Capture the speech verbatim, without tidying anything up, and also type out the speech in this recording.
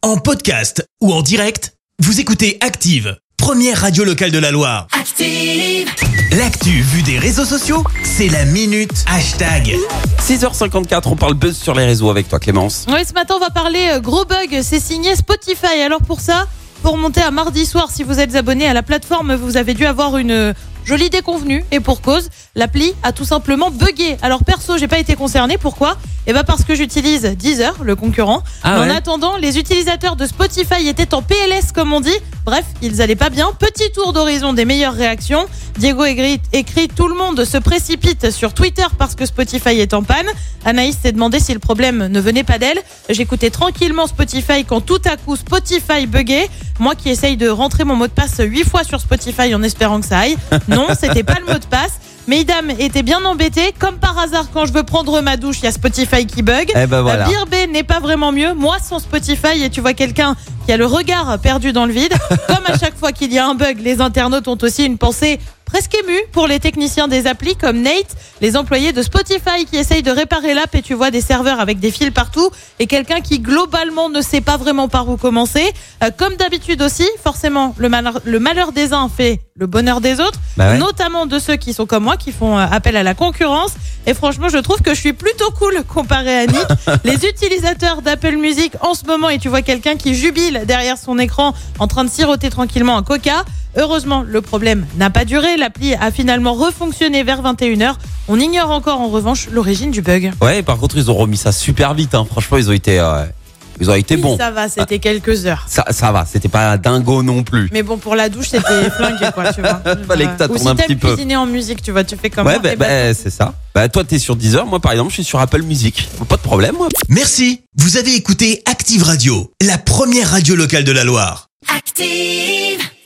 En podcast ou en direct, vous écoutez Active, première radio locale de la Loire. Active! L'actu vue des réseaux sociaux, c'est la minute hashtag. six heures cinquante-quatre, on parle buzz sur les réseaux avec toi Clémence. Oui, ce matin on va parler euh, gros bug, c'est signé Spotify. Alors pour ça, pour monter à mardi soir, si vous êtes abonné à la plateforme, vous avez dû avoir une euh, jolie déconvenue. Et pour cause, l'appli a tout simplement bugué. Alors perso, j'ai pas été concernée. Pourquoi ? Eh ben parce que j'utilise Deezer, le concurrent. Ah ouais. En attendant, les utilisateurs de Spotify étaient en P L S comme on dit. Bref, ils allaient pas bien. Petit tour d'horizon des meilleures réactions. Diego écrit, écrit « Tout le monde se précipite sur Twitter parce que Spotify est en panne ». Anaïs s'est demandé si le problème ne venait pas d'elle. J'écoutais tranquillement Spotify quand tout à coup Spotify buguait. Moi qui essaye de rentrer mon mot de passe huit fois sur Spotify en espérant que ça aille. Non, c'était pas le mot de passe. Mesdames étaient bien embêtées. Comme par hasard, quand je veux prendre ma douche, il y a Spotify qui bug. Eh ben voilà. Birbe n'est pas vraiment mieux. Moi, sans Spotify, et tu vois quelqu'un qui a le regard perdu dans le vide. Comme à chaque fois qu'il y a un bug, les internautes ont aussi une pensée presque émue pour les techniciens des applis comme Nate, les employés de Spotify qui essayent de réparer l'app et tu vois des serveurs avec des fils partout et quelqu'un qui globalement ne sait pas vraiment par où commencer. Euh, comme d'habitude aussi, forcément, le malheur, le malheur des uns fait le bonheur des autres, bah ouais. Notamment de ceux qui sont comme moi, qui font euh, appel à la concurrence. Et franchement, je trouve que je suis plutôt cool comparé à Nick. Les utilisateurs d'Apple Music en ce moment, et tu vois quelqu'un qui jubile derrière son écran en train de siroter tranquillement un coca. Heureusement, le problème n'a pas duré. L'appli a finalement refonctionné vers vingt et une heures. On ignore encore en revanche l'origine du bug. Ouais, par contre, ils ont remis ça super vite. Hein. Franchement, ils ont été, euh, ils ont été Oui, bons. ça va, c'était quelques heures. Ça, ça va, c'était pas dingo non plus. Mais bon, pour la douche, c'était flingué, quoi, tu vois. Fallait que t'attends Ou si un t'aimes petit peu. cuisiner en musique, tu vois, tu fais comme Ouais, moi. bah, et bah, bah, c'est ça. Bah, toi, t'es sur Deezer. Moi, par exemple, je suis sur Apple Music. Pas de problème, moi. Merci, vous avez écouté Active Radio, la première radio locale de la Loire. Active!